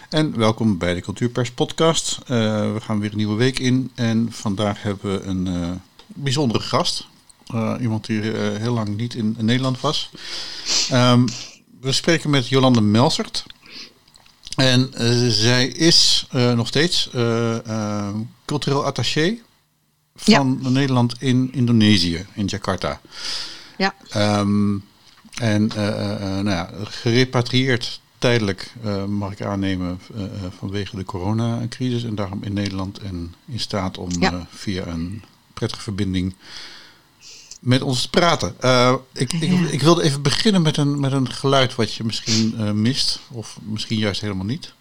En welkom bij de Cultuurpers podcast. We gaan weer een nieuwe week in en vandaag hebben we een bijzondere gast. Iemand die heel lang niet in Nederland was. We spreken met Jolande Melsert. En zij is nog steeds cultureel attaché van Nederland in Indonesië, in Jakarta. Ja. Gerepatrieerd tijdelijk, mag ik aannemen, vanwege de coronacrisis. En daarom in Nederland en in staat om via een prettige verbinding met ons te praten. Ik wilde even beginnen met een geluid wat je misschien mist. Of misschien juist helemaal niet.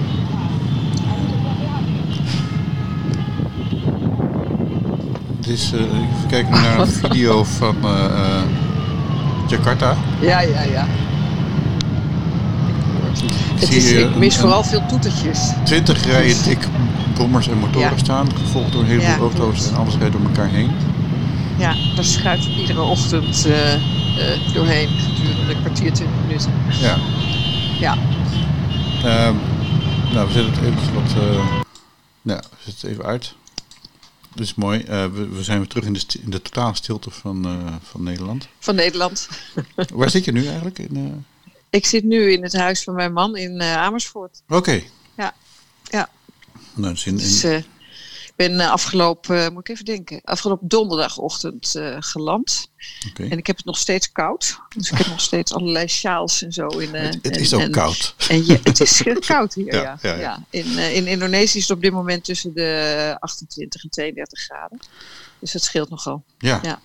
Dus even kijken naar een video van Jakarta. Ja. Ik mis vooral veel toetertjes. 20 rijen dik brommers en motoren staan, gevolgd door heel veel auto's en alles rijdt door elkaar heen. Ja, daar schuift iedere ochtend doorheen gedurende een kwartier, 20 minuten. Ja. We zetten het even we zetten het even uit. Dat is mooi. We zijn weer terug in de totale stilte van Nederland. Van Nederland. Waar zit je nu eigenlijk? Ik zit nu in het huis van mijn man in Amersfoort. Oké. Ja. Nou, ik ben afgelopen donderdagochtend geland. Okay. En ik heb het nog steeds koud. Dus ik heb nog steeds allerlei sjaals en zo. Het is ook koud. Het is koud hier, ja. In Indonesië is het op dit moment tussen de 28 en 32 graden. Dus dat scheelt nogal. Ja.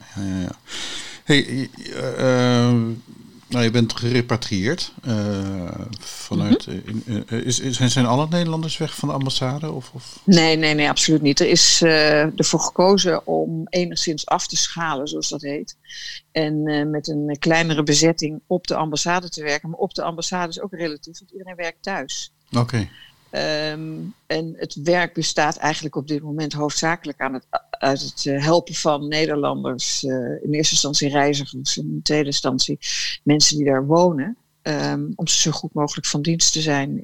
Hey, je bent gerepatrieerd vanuit. Zijn alle Nederlanders weg van de ambassade? Of? Nee, absoluut niet. Er is ervoor gekozen om enigszins af te schalen, zoals dat heet. En met een kleinere bezetting op de ambassade te werken. Maar op de ambassade is ook relatief, want iedereen werkt thuis. Oké. En het werk bestaat eigenlijk op dit moment hoofdzakelijk uit het helpen van Nederlanders. In eerste instantie reizigers en in tweede instantie mensen die daar wonen. Om ze zo goed mogelijk van dienst te zijn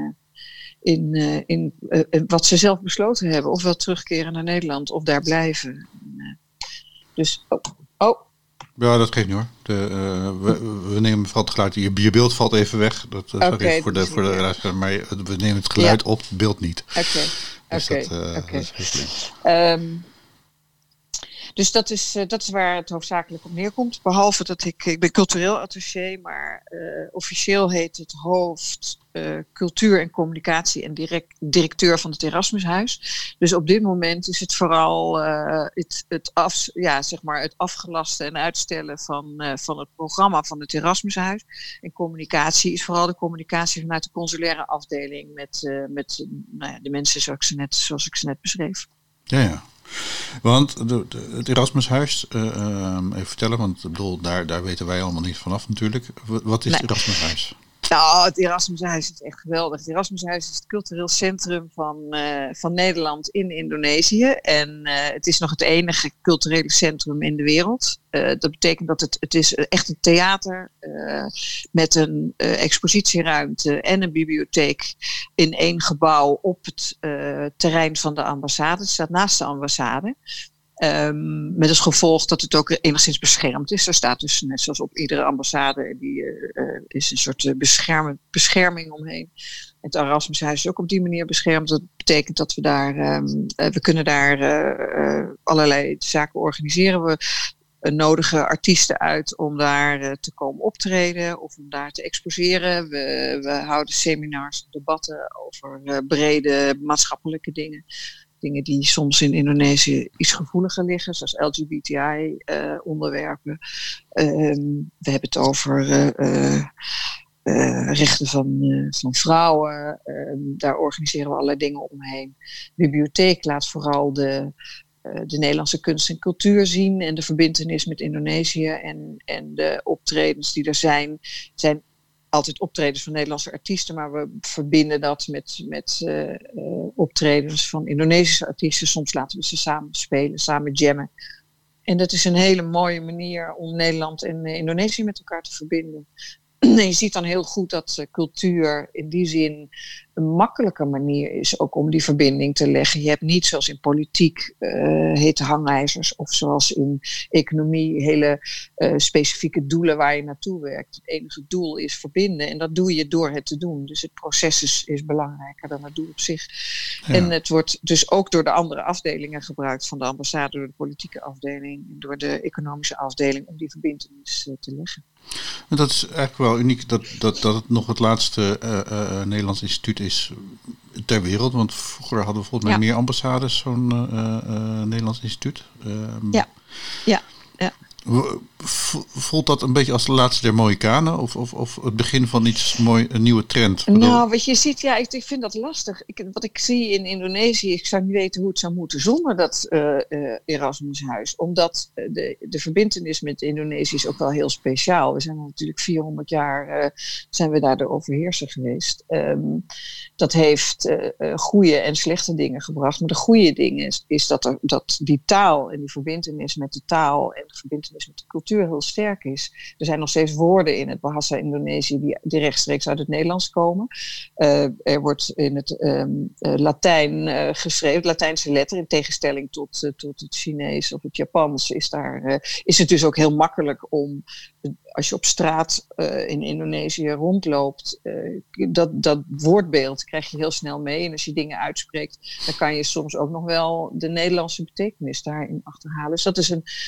in wat ze zelf besloten hebben. Ofwel terugkeren naar Nederland of daar blijven. Ja, dat geeft niet hoor. We nemen vooral het geluid. Je beeld valt even weg. Sorry voor de luisteraar, maar we nemen het geluid op, het beeld niet. Oké. Dus dat is waar het hoofdzakelijk op neerkomt. Behalve dat ik ben cultureel attaché, maar officieel heet het hoofd cultuur en communicatie en directeur van het Erasmushuis. Dus op dit moment is het vooral het afgelasten en uitstellen van het programma van het Erasmushuis. En communicatie is vooral de communicatie vanuit de consulaire afdeling met de mensen zoals ik ze net beschreef. Ja. Want het Erasmushuis, even vertellen, want ik bedoel, daar weten wij allemaal niet vanaf natuurlijk. Wat is het Erasmushuis? Nou, het Erasmushuis is echt geweldig. Het Erasmushuis is het cultureel centrum van Nederland in Indonesië. En het is nog het enige culturele centrum in de wereld. Dat betekent dat het is echt een theater met een expositieruimte en een bibliotheek in één gebouw op het terrein van de ambassade. Het staat naast de ambassade. Met het gevolg dat het ook enigszins beschermd is. Er staat dus, net zoals op iedere ambassade, is een soort bescherming omheen. Het Erasmushuis is ook op die manier beschermd. Dat betekent dat we kunnen daar allerlei zaken organiseren. We nodigen artiesten uit om daar te komen optreden of om daar te exposeren. We houden seminars, debatten over brede maatschappelijke dingen. Dingen die soms in Indonesië iets gevoeliger liggen, zoals LGBTI-onderwerpen. We hebben het over rechten van vrouwen. Daar organiseren we allerlei dingen omheen. De bibliotheek laat vooral de Nederlandse kunst en cultuur zien en de verbintenis met Indonesië. En de optredens die er zijn altijd optredens van Nederlandse artiesten, maar we verbinden dat met optredens van Indonesische artiesten. Soms laten we ze samen spelen, samen jammen. En dat is een hele mooie manier om Nederland en Indonesië met elkaar te verbinden. En je ziet dan heel goed dat cultuur in die zin een makkelijke manier is ook om die verbinding te leggen. Je hebt niet zoals in politiek hete hangijzers of zoals in economie hele specifieke doelen waar je naartoe werkt. Het enige doel is verbinden en dat doe je door het te doen. Dus het proces is belangrijker dan het doel op zich. Ja. En het wordt dus ook door de andere afdelingen gebruikt van de ambassade, door de politieke afdeling, door de economische afdeling om die verbintenis te leggen. En dat is eigenlijk wel uniek dat het nog het laatste Nederlands instituut is ter wereld. Want vroeger hadden we volgens mij meer ambassades, zo'n Nederlands instituut. Ja. Voelt dat een beetje als de laatste der Mohikanen? Of het begin van een nieuwe trend? Nou, wat je ziet, ik vind dat lastig. Wat ik zie in Indonesië, ik zou niet weten hoe het zou moeten zonder dat Erasmushuis. Omdat de verbintenis met Indonesië is ook wel heel speciaal. We zijn natuurlijk 400 jaar zijn we daar de overheerser geweest. Dat heeft goede en slechte dingen gebracht. Maar de goede ding is dat die taal en die verbintenis met de taal en de verbintenis met de cultuur heel sterk is. Er zijn nog steeds woorden in het Bahasa Indonesië die rechtstreeks uit het Nederlands komen. Er wordt in het Latijn geschreven, Latijnse letter, in tegenstelling tot het Chinees of het Japans, is het dus ook heel makkelijk om, als je op straat in Indonesië rondloopt, dat woordbeeld krijg je heel snel mee. En als je dingen uitspreekt, dan kan je soms ook nog wel de Nederlandse betekenis daarin achterhalen. Dus dat is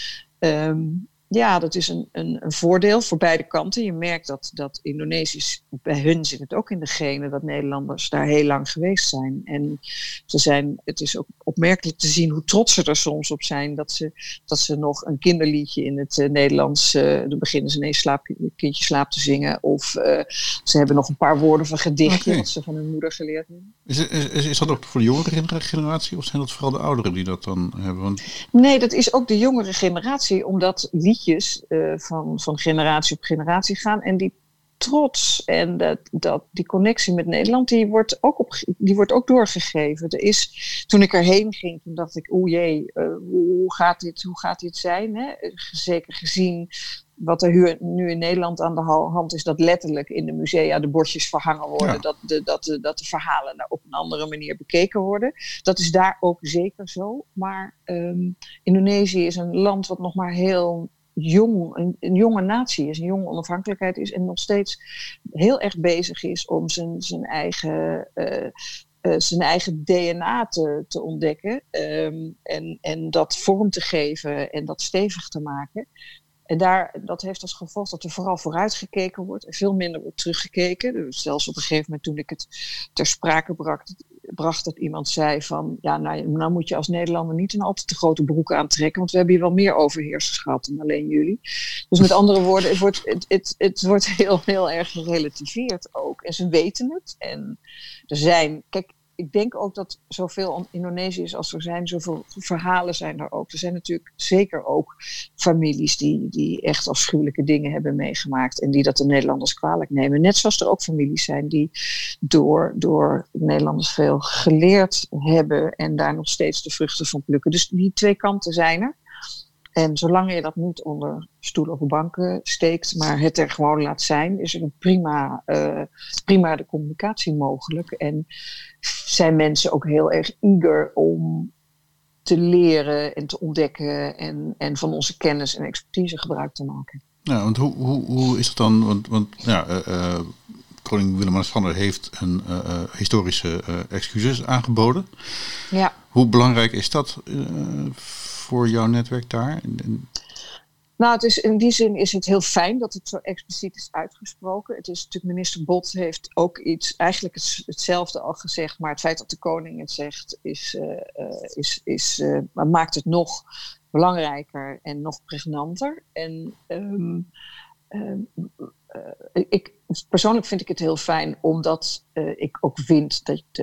een voordeel voor beide kanten. Je merkt dat Indonesiërs, bij hun zit het ook in de genen dat Nederlanders daar heel lang geweest zijn. En het is ook opmerkelijk te zien hoe trots ze er soms op zijn dat ze nog een kinderliedje in het Nederlands, dan beginnen ze ineens kindje slaap te zingen. Of ze hebben nog een paar woorden van gedichtje wat ze van hun moeder geleerd hebben. Is dat ook voor de jongere generatie of zijn dat vooral de ouderen die dat dan hebben? Nee, dat is ook de jongere generatie, omdat liedjes van generatie op generatie gaan. En die trots en die connectie met Nederland, die wordt ook doorgegeven. Toen ik erheen ging, toen dacht ik, hoe gaat dit zijn? Hè? Zeker gezien wat er nu in Nederland aan de hand is, dat letterlijk in de musea de bordjes verhangen worden, dat de verhalen daar op een andere manier bekeken worden. Dat is daar ook zeker zo. Maar Indonesië is een land wat nog maar heel jong, een jonge natie is, een jonge onafhankelijkheid is en nog steeds heel erg bezig is om zijn eigen DNA te ontdekken en dat vorm te geven en dat stevig te maken. En dat heeft als gevolg dat er vooral vooruit gekeken wordt en veel minder wordt teruggekeken. Dus zelfs op een gegeven moment toen ik het ter sprake bracht dat iemand zei van, nou moet je als Nederlander niet een al te grote broek aantrekken, want we hebben hier wel meer overheersers gehad dan alleen jullie. Dus met andere woorden, het wordt heel, heel erg gerelativeerd ook. En ze weten het. En ik denk ook dat zoveel Indonesiërs als er zijn, zoveel verhalen zijn er ook. Er zijn natuurlijk zeker ook families die echt afschuwelijke dingen hebben meegemaakt en die dat de Nederlanders kwalijk nemen. Net zoals er ook families zijn die door Nederlanders veel geleerd hebben en daar nog steeds de vruchten van plukken. Dus die twee kanten zijn er. En zolang je dat niet onder stoelen of banken steekt, maar het er gewoon laat zijn, is er een prima de communicatie mogelijk. En zijn mensen ook heel erg eager om te leren en te ontdekken en van onze kennis en expertise gebruik te maken. Ja, want hoe is het dan? Want koning Willem-Alexander heeft een historische excuses aangeboden. Ja. Hoe belangrijk is dat voor jouw netwerk daar? Nou, in die zin is het heel fijn dat het zo expliciet is uitgesproken. Het is natuurlijk, minister Bot heeft ook eigenlijk hetzelfde al gezegd, maar het feit dat de koning het zegt maakt het nog belangrijker en nog pregnanter. En persoonlijk vind ik het heel fijn, omdat ik ook vind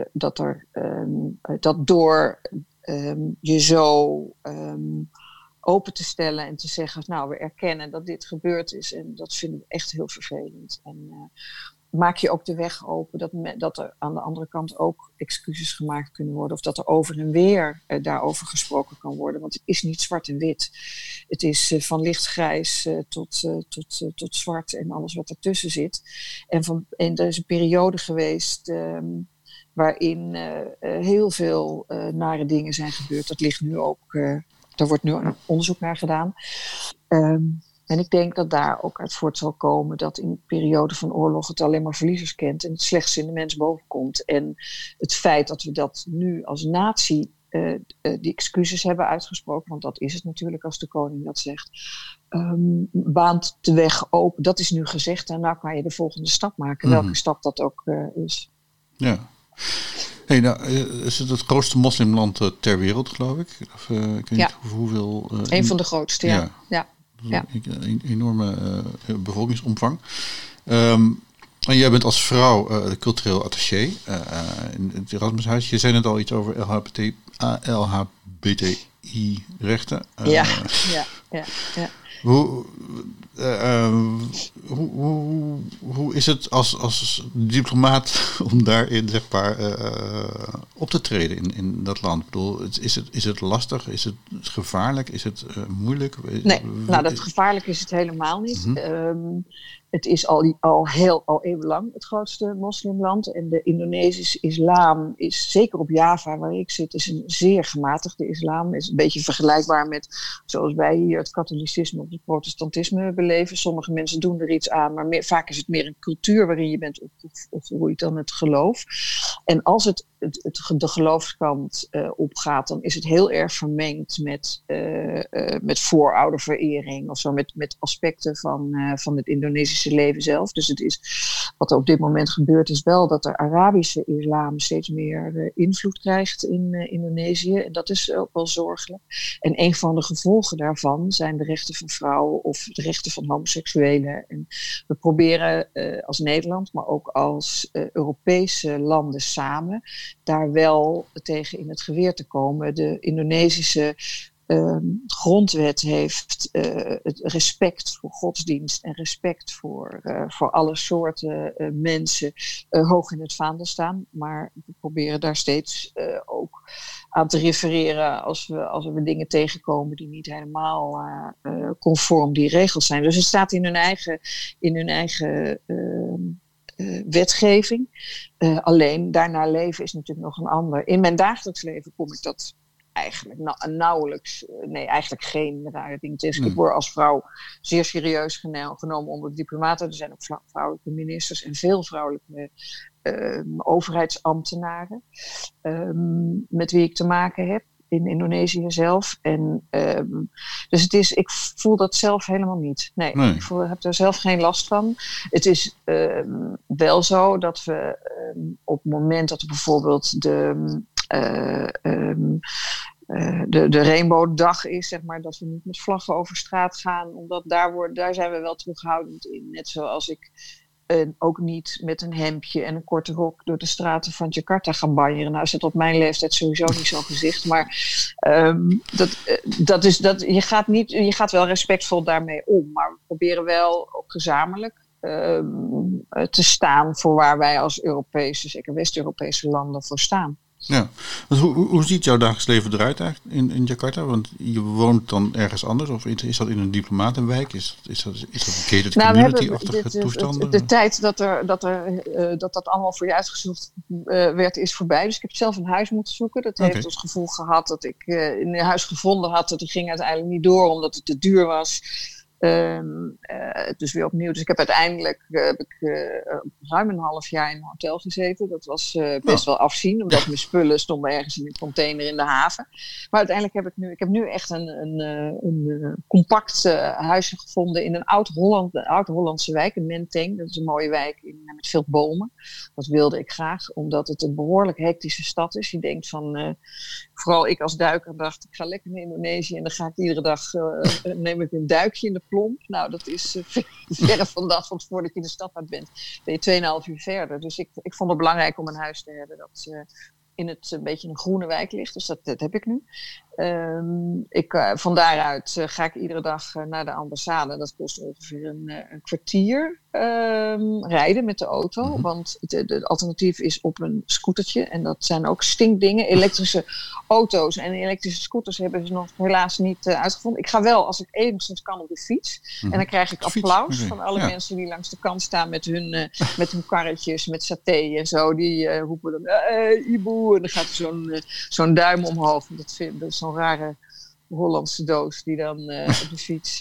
dat door je zo open te stellen en te zeggen, nou, we erkennen dat dit gebeurd is en dat vinden we echt heel vervelend. En maak je ook de weg open dat er aan de andere kant ook excuses gemaakt kunnen worden of dat er over en weer daarover gesproken kan worden. Want het is niet zwart en wit. Het is van lichtgrijs tot zwart en alles wat ertussen zit. En er is een periode geweest waarin heel veel nare dingen zijn gebeurd. Dat ligt nu ook, daar wordt nu een onderzoek naar gedaan. En ik denk dat daar ook uit voort zal komen dat in een periode van oorlog het alleen maar verliezers kent en het slechtste in de mens bovenkomt. En het feit dat we dat nu als natie die excuses hebben uitgesproken, want dat is het natuurlijk als de koning dat zegt, baant de weg open. Dat is nu gezegd en nou kan je de volgende stap maken, welke stap dat ook is. Ja. Hey, nou, is het grootste moslimland ter wereld, geloof ik? Of, ik weet niet hoeveel. Een van de grootste, ja. Een enorme bevolkingsomvang. En jij bent als vrouw cultureel attaché in het Erasmushuis. Je zei net al iets over LHBTI-rechten. Ja. Hoe is het als diplomaat om daarin zeg maar op te treden in dat land? Ik bedoel, is het lastig? Is het gevaarlijk? Is het moeilijk? Nee, dat gevaarlijk is het helemaal niet. Het is al eeuwenlang het grootste moslimland. En de Indonesische islam is, zeker op Java waar ik zit, is een zeer gematigde islam. Is een beetje vergelijkbaar met zoals wij hier het katholicisme of het protestantisme beleven. Sommige mensen doen er iets aan, maar vaak is het meer een cultuur waarin je bent opgevoed, of hoe je dan het geloof. En als de geloofskant opgaat, dan is het heel erg vermengd met voorouderverering of zo, met aspecten van het Indonesische leven zelf. Dus het is, wat er op dit moment gebeurt, is wel dat de Arabische islam steeds meer invloed krijgt in Indonesië. En dat is ook wel zorgelijk. En een van de gevolgen daarvan zijn de rechten van vrouwen of de rechten van homoseksuelen. En we proberen als Nederland, maar ook als Europese landen samen, daar wel tegen in het geweer te komen. De Indonesische grondwet heeft het respect voor godsdienst en respect voor alle soorten mensen hoog in het vaandel staan. Maar we proberen daar steeds ook aan te refereren als we dingen tegenkomen die niet helemaal conform die regels zijn. Dus het staat in hun eigen wetgeving. Alleen daarnaar leven is natuurlijk nog een ander. In mijn dagelijks leven kom ik dat eigenlijk nauwelijks, eigenlijk geen rare dingen tegen. Ik word als vrouw zeer serieus genomen onder de diplomaten. Er zijn ook vrouwelijke ministers en veel vrouwelijke overheidsambtenaren met wie ik te maken heb in Indonesië zelf. En dus ik voel dat zelf helemaal niet. Nee. Ik heb er zelf geen last van. Het is wel zo dat we op het moment dat er bijvoorbeeld de Rainbowdag is, zeg maar, dat we niet met vlaggen over straat gaan, omdat daar zijn we wel terughoudend in. Net zoals ik ook niet met een hemdje en een korte rok door de straten van Jakarta gaan banjeren. Nou is dat op mijn leeftijd sowieso niet zo'n gezicht, maar je gaat wel respectvol daarmee om, maar we proberen wel ook gezamenlijk te staan voor waar wij als Europese, zeker West-Europese landen voor staan. Ja, want hoe ziet jouw dagelijks leven eruit eigenlijk in Jakarta? Want je woont dan ergens anders, of is dat in een diplomatenwijk? Is dat gated community-achtige toestanden? De tijd dat allemaal voor je uitgezocht werd, is voorbij. Dus ik heb zelf een huis moeten zoeken. Dat heeft als gevolg gehad dat ik een huis gevonden had. Dat ging uiteindelijk niet door, omdat het te duur was. Dus weer opnieuw. Dus ik heb uiteindelijk ruim een half jaar in een hotel gezeten. Dat was best wel afzien, omdat mijn spullen stonden ergens in een container in de haven. Maar uiteindelijk heb ik nu echt een compact huisje gevonden in een oud-Hollandse wijk, in Menteng. Dat is een mooie wijk met veel bomen. Dat wilde ik graag, omdat het een behoorlijk hectische stad is. Je denkt van, vooral ik als duiker dacht, ik ga lekker naar Indonesië en dan ga ik iedere dag, neem ik een duikje in de plomp. Nou, dat is verre van dat, want voordat je de stad uit bent, ben je 2,5 uur verder. Dus ik vond het belangrijk om een huis te hebben dat in het een beetje een groene wijk ligt. Dus dat heb ik nu. Van daaruit ga ik iedere dag naar de ambassade. Dat kost ongeveer een kwartier rijden met de auto. Mm-hmm. Want het alternatief is op een scootertje. En dat zijn ook stinkdingen. Elektrische auto's en elektrische scooters hebben ze nog helaas niet uitgevonden. Ik ga wel, als ik enigszins kan, op de fiets. Mm-hmm. En dan krijg ik applaus van alle mensen die langs de kant staan met hun karretjes, met saté en zo. Die roepen dan, Iboe. En dan gaat er zo'n duim omhoog. Dat is zo'n rare Hollandse doos die dan op de fiets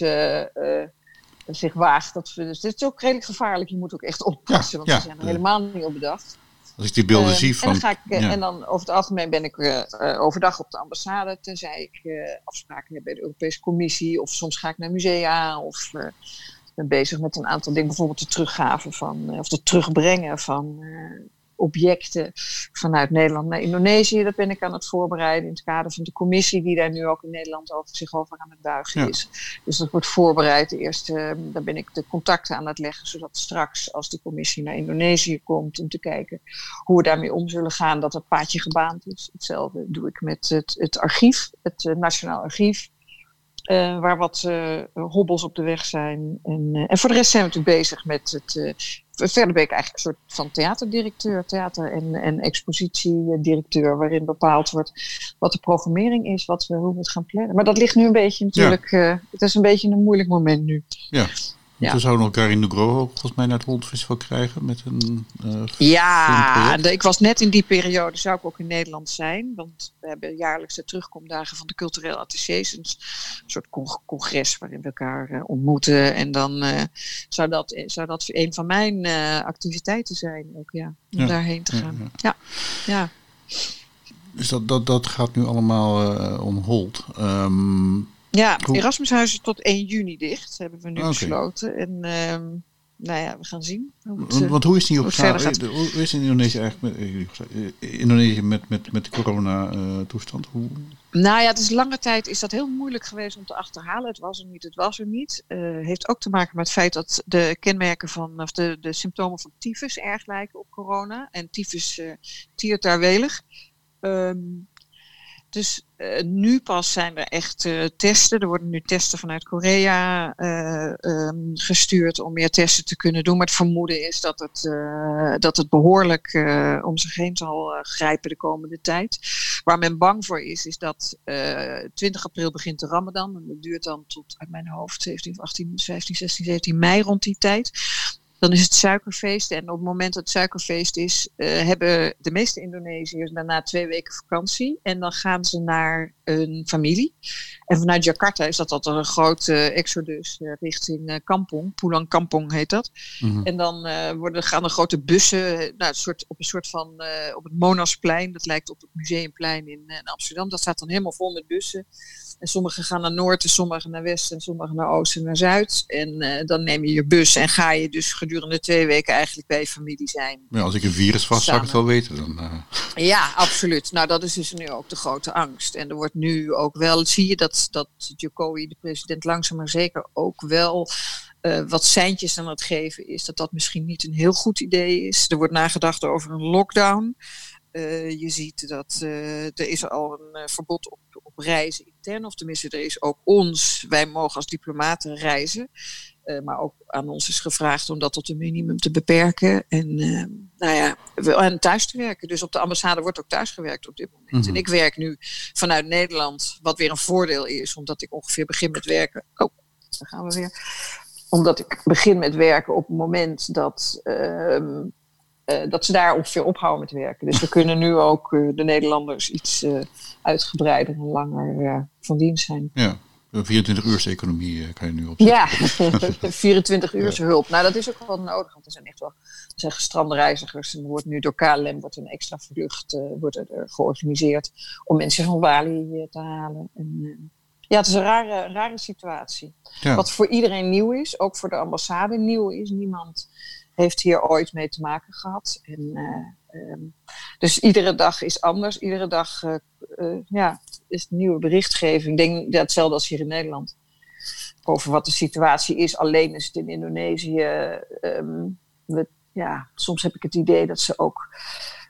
zich waagt. Dus dit is ook redelijk gevaarlijk. Je moet ook echt oppassen, want ze zijn er helemaal niet op bedacht. Als ik die beelden zie van... En dan over het algemeen ben ik overdag op de ambassade, tenzij ik afspraken heb bij de Europese Commissie. Of soms ga ik naar musea. Of ben bezig met een aantal dingen. Bijvoorbeeld de teruggave of het terugbrengen van objecten vanuit Nederland naar Indonesië. Dat ben ik aan het voorbereiden in het kader van de commissie die daar nu ook in Nederland zich over aan het buigen is. Dus dat wordt voorbereid. Eerst daar ben ik de contacten aan het leggen, zodat straks als de commissie naar Indonesië komt om te kijken hoe we daarmee om zullen gaan, dat het paadje gebaand is. Hetzelfde doe ik met het archief, het Nationaal Archief. Waar wat hobbels op de weg zijn. En voor de rest zijn we natuurlijk bezig met het... verder ben ik eigenlijk een soort van theaterdirecteur, theater- en expositiedirecteur, waarin bepaald wordt wat de programmering is, hoe we het gaan plannen. Maar dat ligt nu een beetje natuurlijk... het is een beetje een moeilijk moment nu. Ja. We zouden elkaar in Nugroho volgens mij naar het Hollandfestival krijgen met een ik was net in die periode, zou ik ook in Nederland zijn. Want we hebben jaarlijks de terugkomdagen van de culturele attachés. Een soort congres waarin we elkaar ontmoeten. En dan zou dat een van mijn activiteiten zijn ook, om daarheen te gaan. Ja. Dus dat gaat nu allemaal on hold. Het Erasmushuis is tot 1 juni dicht, hebben we nu besloten. En we gaan zien. Want hoe is die opgegaan? Hoe is in Indonesië eigenlijk met de corona-toestand? Het is lange tijd is dat heel moeilijk geweest om te achterhalen. Het was er niet. Heeft ook te maken met het feit dat de kenmerken of de symptomen van tyfus erg lijken op corona. En tyfus tiert daar welig. Dus nu pas zijn er echt testen. Er worden nu testen vanuit Korea gestuurd om meer testen te kunnen doen. Maar het vermoeden is dat het behoorlijk om zich heen zal grijpen de komende tijd. Waar men bang voor is dat 20 april begint de Ramadan. En dat duurt dan tot, uit mijn hoofd, 17, 18, 15, 16, 17 mei rond die tijd. Dan is het suikerfeest. En op het moment dat het suikerfeest is, hebben de meeste Indonesiërs daarna 2 weken vakantie. En dan gaan ze naar een familie. En vanuit Jakarta is dat altijd een grote exodus richting Kampong. Pulang Kampong heet dat. Mm-hmm. En dan gaan er grote bussen op het Monasplein. Dat lijkt op het Museumplein in Amsterdam. Dat staat dan helemaal vol met bussen. En sommigen gaan naar Noord, en sommigen naar West, en sommigen naar Oost en naar Zuid. En dan neem je je bus en ga je dus gedurende 2 weken eigenlijk bij je familie zijn. Ja, als ik een virus vast zou ik het wel weten. Dan, Ja, absoluut. Nou, dat is dus nu ook de grote angst. En er wordt nu ook wel, zie je dat Jokowi, de president, langzaam maar zeker ook wel wat seintjes aan het geven is dat misschien niet een heel goed idee is. Er wordt nagedacht over een lockdown. Je ziet dat er is al een verbod op reizen intern, of tenminste er is ook wij mogen als diplomaten reizen, maar ook aan ons is gevraagd om dat tot een minimum te beperken en thuis te werken. Dus op de ambassade wordt ook thuis gewerkt op dit moment. Mm-hmm. En ik werk nu vanuit Nederland, wat weer een voordeel is, omdat ik ongeveer begin met werken. Daar gaan we weer. Omdat ik begin met werken op het moment dat ze daar ongeveer ophouden met werken. Dus we kunnen nu ook de Nederlanders iets uitgebreider en langer van dienst zijn. Ja, 24-uurs-economie kan je nu opzetten. Ja, 24 uur hulp. Nou, dat is ook wel nodig, want er zijn gestrande reizigers. En er wordt nu door KLM een extra vlucht georganiseerd om mensen van Bali te halen. En, het is een rare situatie. Ja. Wat voor iedereen nieuw is, ook voor de ambassade nieuw is. Niemand heeft hier ooit mee te maken gehad. En, dus iedere dag is anders. Iedere dag is nieuwe berichtgeving. Ik denk hetzelfde als hier in Nederland. Over wat de situatie is. Alleen is het in Indonesië. Soms heb ik het idee dat ze ook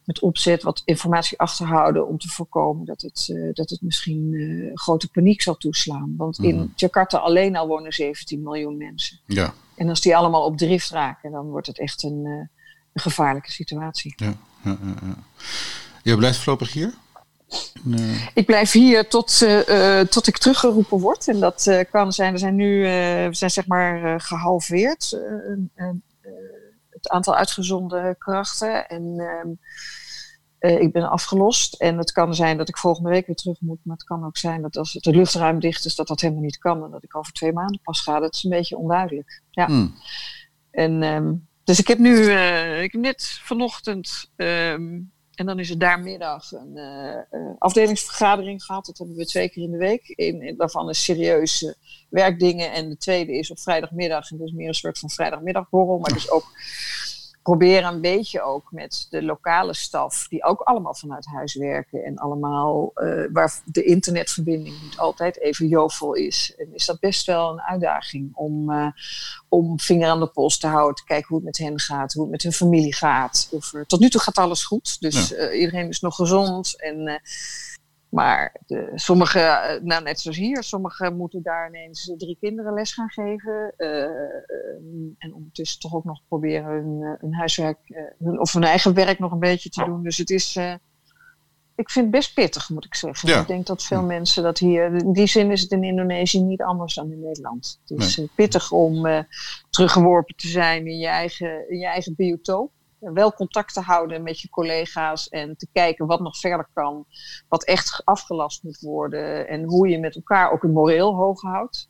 met opzet wat informatie achterhouden om te voorkomen dat het misschien grote paniek zal toeslaan. Want in Jakarta alleen al wonen 17 miljoen mensen. Ja. En als die allemaal op drift raken, dan wordt het echt een gevaarlijke situatie. Ja. Jij blijft voorlopig hier? Ik blijf hier tot ik teruggeroepen word. En dat kan zijn. We zijn zeg maar gehalveerd. Het aantal uitgezonden krachten. En ik ben afgelost. En het kan zijn dat ik volgende week weer terug moet. Maar het kan ook zijn dat als het luchtruim dicht is, dat helemaal niet kan. En dat ik over 2 maanden pas ga. Dat is een beetje onduidelijk. Ja. En dus ik heb nu net vanochtend. En dan is het daar middag een afdelingsvergadering gehad. Dat hebben we 2 keer in de week. Daarvan is serieuze werkdingen. En de tweede is op vrijdagmiddag. En dat is meer een soort van vrijdagmiddagborrel. Maar dus ook proberen een beetje ook met de lokale staf. Die ook allemaal vanuit huis werken. En allemaal waar de internetverbinding niet altijd even jovel is. En is dat best wel een uitdaging om vinger aan de pols te houden. Te kijken hoe het met hen gaat. Hoe het met hun familie gaat. Tot nu toe gaat alles goed. Dus iedereen is nog gezond. Maar sommigen, net zoals hier, sommigen moeten daar ineens 3 kinderen les gaan geven. En ondertussen toch ook nog proberen hun huiswerk of hun eigen werk nog een beetje te doen. Dus het is, ik vind het best pittig, moet ik zeggen. Ja. Ik denk dat veel mensen dat hier, in die zin is het in Indonesië niet anders dan in Nederland. Het is pittig om teruggeworpen te zijn in je eigen biotoop. Wel contact te houden met je collega's en te kijken wat nog verder kan, wat echt afgelast moet worden en hoe je met elkaar ook een moreel hoog houdt.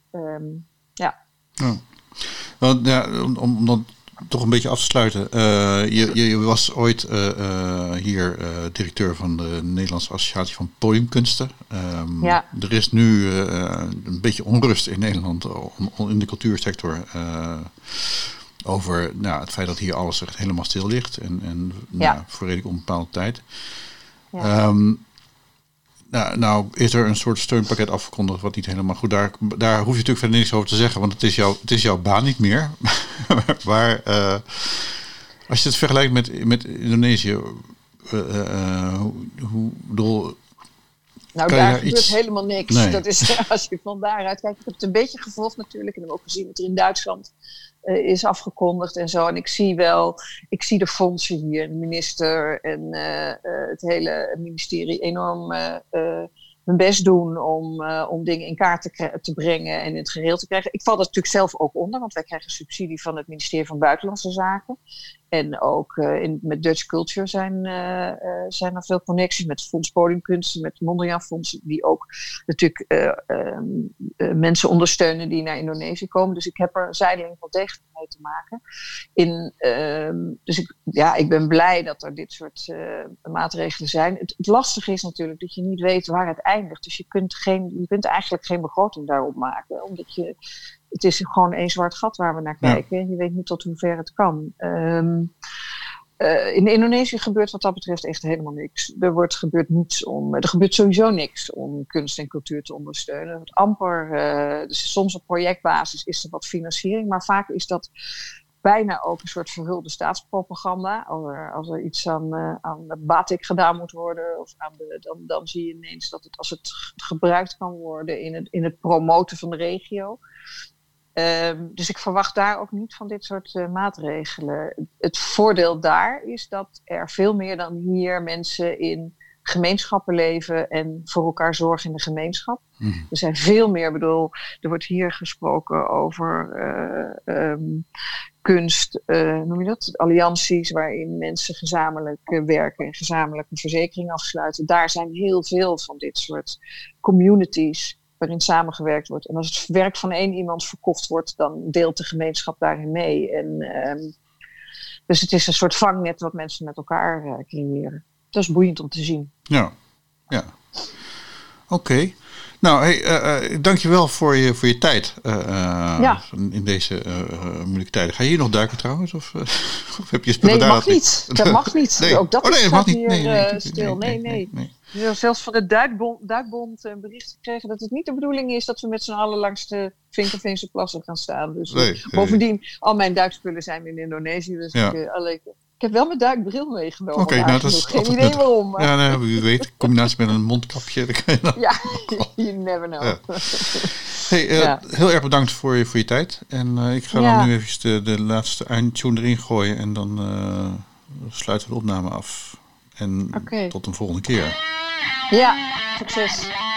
Want, om dan toch een beetje af te sluiten. Je was ooit hier directeur van de Nederlandse Associatie van Podiumkunsten. Er is nu een beetje onrust in Nederland in de cultuursector. Over het feit dat hier alles echt helemaal stil ligt. En voor redelijk onbepaalde tijd. Ja. Nou is er een soort steunpakket afgekondigd wat niet helemaal goed. Daar hoef je natuurlijk verder niks over te zeggen. Want het is jouw baan niet meer. Maar als je het vergelijkt met Indonesië. Daar gebeurt helemaal niks. Nee. Dat is als je van daaruit kijkt. Ik heb het een beetje gevolgd natuurlijk. En heb ook gezien wat er in Duitsland is afgekondigd en zo. En ik zie de fondsen hier, de minister en het hele ministerie enorm hun best doen om dingen in kaart te brengen en in het gereel te krijgen. Ik val er natuurlijk zelf ook onder, want wij krijgen subsidie van het ministerie van Buitenlandse Zaken. En ook met Dutch Culture zijn er veel connecties met het Fonds Podiumkunsten, met het Mondriaan Fonds, die ook natuurlijk mensen ondersteunen die naar Indonesië komen. Dus ik heb er zijdelings wel degelijk mee te maken. Ik ben blij dat er dit soort maatregelen zijn. Het lastige is natuurlijk dat je niet weet waar het eindigt. Dus je kunt eigenlijk geen begroting daarop maken, omdat het is gewoon één zwart gat waar we naar kijken. En je weet niet tot hoe ver het kan. In Indonesië gebeurt wat dat betreft echt helemaal niks. Er gebeurt sowieso niks om kunst en cultuur te ondersteunen. Want amper, dus soms op projectbasis is er wat financiering. Maar vaak is dat bijna ook een soort verhulde staatspropaganda. Als er iets aan de batik gedaan moet worden, of dan zie je ineens dat als het gebruikt kan worden in het promoten van de regio. Dus ik verwacht daar ook niet van dit soort maatregelen. Het voordeel daar is dat er veel meer dan hier mensen in gemeenschappen leven en voor elkaar zorgen in de gemeenschap. Er zijn veel meer, er wordt hier gesproken over kunst, noem je dat? Allianties waarin mensen gezamenlijk werken en gezamenlijk een verzekering afsluiten. Daar zijn heel veel van dit soort communities waarin samengewerkt wordt. En als het werk van één iemand verkocht wordt, dan deelt de gemeenschap daarin mee. Dus het is een soort vangnet wat mensen met elkaar creëren. Dat is boeiend om te zien. Ja. Oké. Nou, dankjewel voor je tijd in deze moeilijke tijden. Ga je hier nog duiken trouwens? Of heb je spullen daar? Nee, mag niet. Dat mag niet. Nee. Ook dat mag hier niet. stil. Nee. We hebben zelfs van de Duikbond een bericht gekregen dat het niet de bedoeling is dat we met z'n allen langs de Vinkerveense plassen gaan staan. Dus bovendien, al mijn duikspullen zijn in Indonesië. Dus Ik heb wel mijn duikbril meegenomen. Oké, nou dat is geen idee waarom. Maar... Ja, nee, wie weet, in combinatie met een mondkapje. Dan kan je dan... Ja, you never know. Ja. Hey, heel erg bedankt voor je tijd. En ik ga dan nu even de laatste eindtune erin gooien. En dan sluiten we de opname af. En tot een volgende keer. Ja, succes.